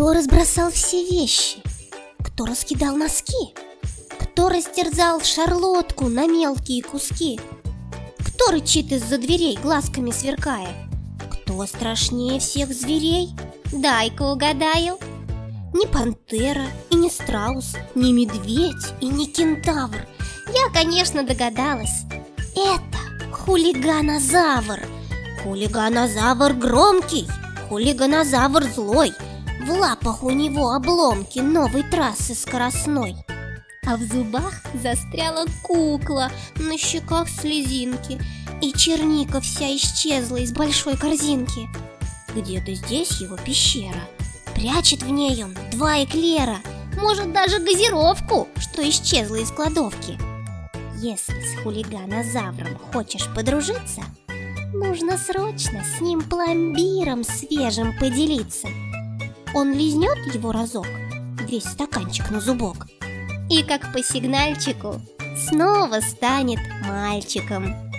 Кто разбросал все вещи? Кто раскидал носки? Кто растерзал шарлотку на мелкие куски? Кто рычит из-за дверей, глазками сверкая? Кто страшнее всех зверей? Дай-ка угадаю. Не пантера и не страус, не медведь и не кентавр. Я, конечно, догадалась. Это хулиганозавр. Хулиганозавр громкий, хулиганозавр злой. В лапах у него обломки новой трассы скоростной. А в зубах застряла кукла, на щеках слезинки, и черника вся исчезла из большой корзинки. Где-то здесь его пещера. Прячет в ней он 2 эклера, может, даже газировку, что исчезла из кладовки. Если с хулиганозавром хочешь подружиться, нужно срочно с ним пломбиром свежим поделиться. Он лизнет его разок, весь стаканчик на зубок, и как по сигнальчику снова станет мальчиком.